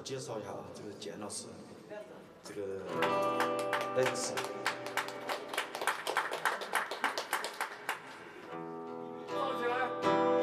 介绍一下这个简老师，这个认识。 坐起来。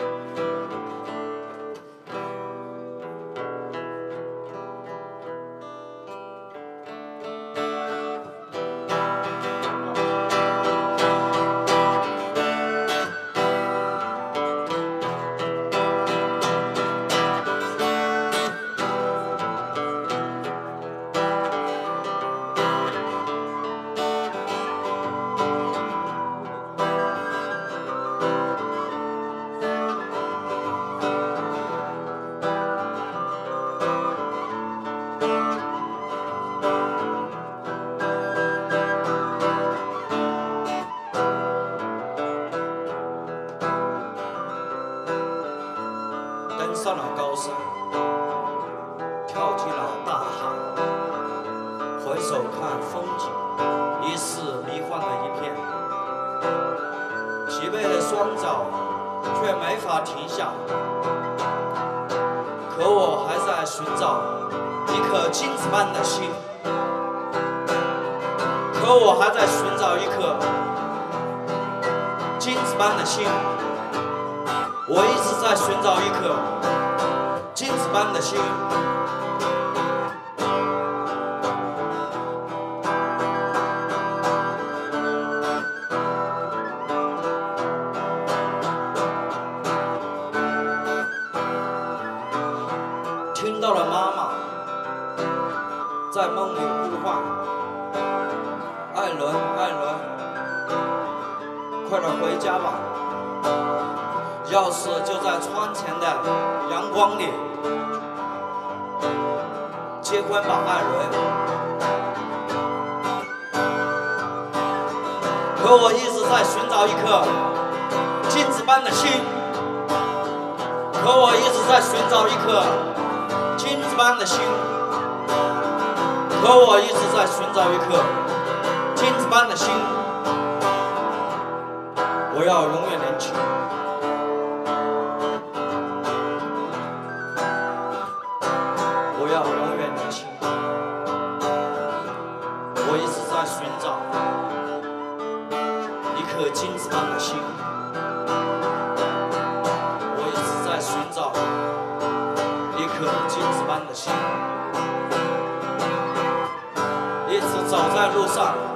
登上了高山，跳进了大海，回首看风景，已是迷幻的一片。疲惫的双脚却没法停下，可我还在寻找一颗金子般的心，可我还在寻找一颗金子般的心。我一直在寻找一颗金子般的心。听到了妈妈在梦里呼唤：“艾伦，艾伦，快点回家吧。”钥匙就在窗前的阳光里，结婚吧，艾伦。可我一直在寻找一颗金子般的心，可我一直在寻找一颗金子般的心，可我一直在寻找一颗金子般的心。我要永远年轻。我要永远年轻。我一直在寻找一颗金子般的心。我一直在寻找一颗金子般的心。一直走在路上。